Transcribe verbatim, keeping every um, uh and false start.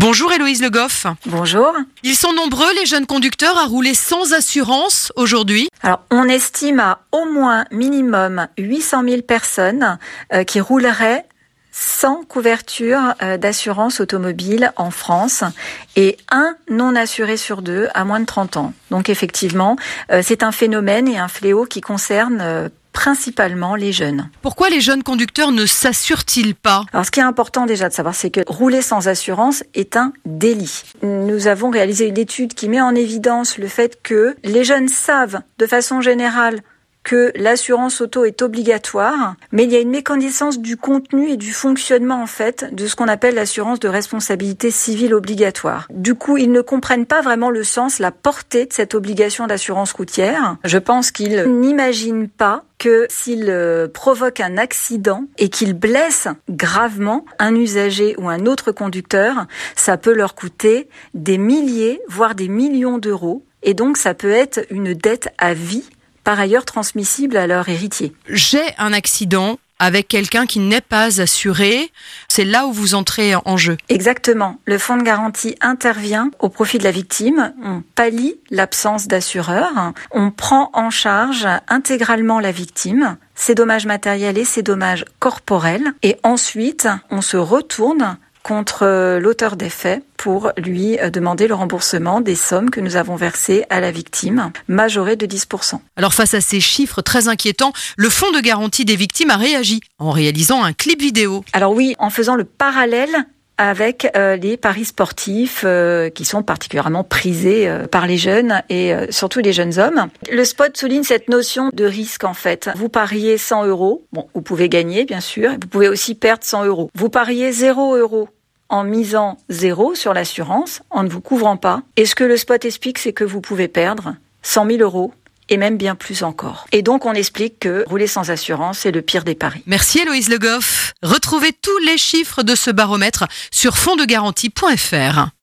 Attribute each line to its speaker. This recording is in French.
Speaker 1: Bonjour Héloïse Le Goff.
Speaker 2: Bonjour.
Speaker 1: Ils sont nombreux les jeunes conducteurs à rouler sans assurance aujourd'hui.
Speaker 2: Alors, on estime à au moins minimum huit cent mille personnes euh, qui rouleraient sans couverture euh, d'assurance automobile en France et un non assuré sur deux à moins de trente ans. Donc effectivement, euh, c'est un phénomène et un fléau qui concerne euh, principalement les jeunes.
Speaker 1: Pourquoi les jeunes conducteurs ne s'assurent-ils pas ?
Speaker 2: Alors, ce qui est important déjà de savoir, c'est que rouler sans assurance est un délit. Nous avons réalisé une étude qui met en évidence le fait que les jeunes savent de façon générale que l'assurance auto est obligatoire, mais il y a une méconnaissance du contenu et du fonctionnement en fait de ce qu'on appelle l'assurance de responsabilité civile obligatoire. Du coup, ils ne comprennent pas vraiment le sens, la portée de cette obligation d'assurance routière. Je pense qu'ils n'imaginent pas que s'ils euh, provoquent un accident et qu'ils blessent gravement un usager ou un autre conducteur, ça peut leur coûter des milliers, voire des millions d'euros. Et donc, ça peut être une dette à vie, par ailleurs transmissible à leur héritier.
Speaker 1: J'ai un accident avec quelqu'un qui n'est pas assuré, c'est là où vous entrez en jeu.
Speaker 2: Exactement. Le fonds de garantie intervient au profit de la victime. On pallie l'absence d'assureur. On prend en charge intégralement la victime, ses dommages matériels et ses dommages corporels. Et ensuite, on se retourne contre l'auteur des faits pour lui demander le remboursement des sommes que nous avons versées à la victime, majorées de dix pour cent.
Speaker 1: Alors face à ces chiffres très inquiétants, le Fonds de garantie des victimes a réagi en réalisant un clip vidéo.
Speaker 2: Alors oui, en faisant le parallèle avec euh, les paris sportifs euh, qui sont particulièrement prisés euh, par les jeunes et euh, surtout les jeunes hommes. Le spot souligne cette notion de risque en fait. Vous pariez cent euros, bon, vous pouvez gagner bien sûr, vous pouvez aussi perdre cent euros. Vous pariez zéro euros en misant zéro sur l'assurance, en ne vous couvrant pas. Et ce que le spot explique, c'est que vous pouvez perdre cent mille euros. Et même bien plus encore. Et donc, on explique que rouler sans assurance, c'est le pire des paris.
Speaker 1: Merci Héloïse Le Goff. Retrouvez tous les chiffres de ce baromètre sur fonds de garantie point f r.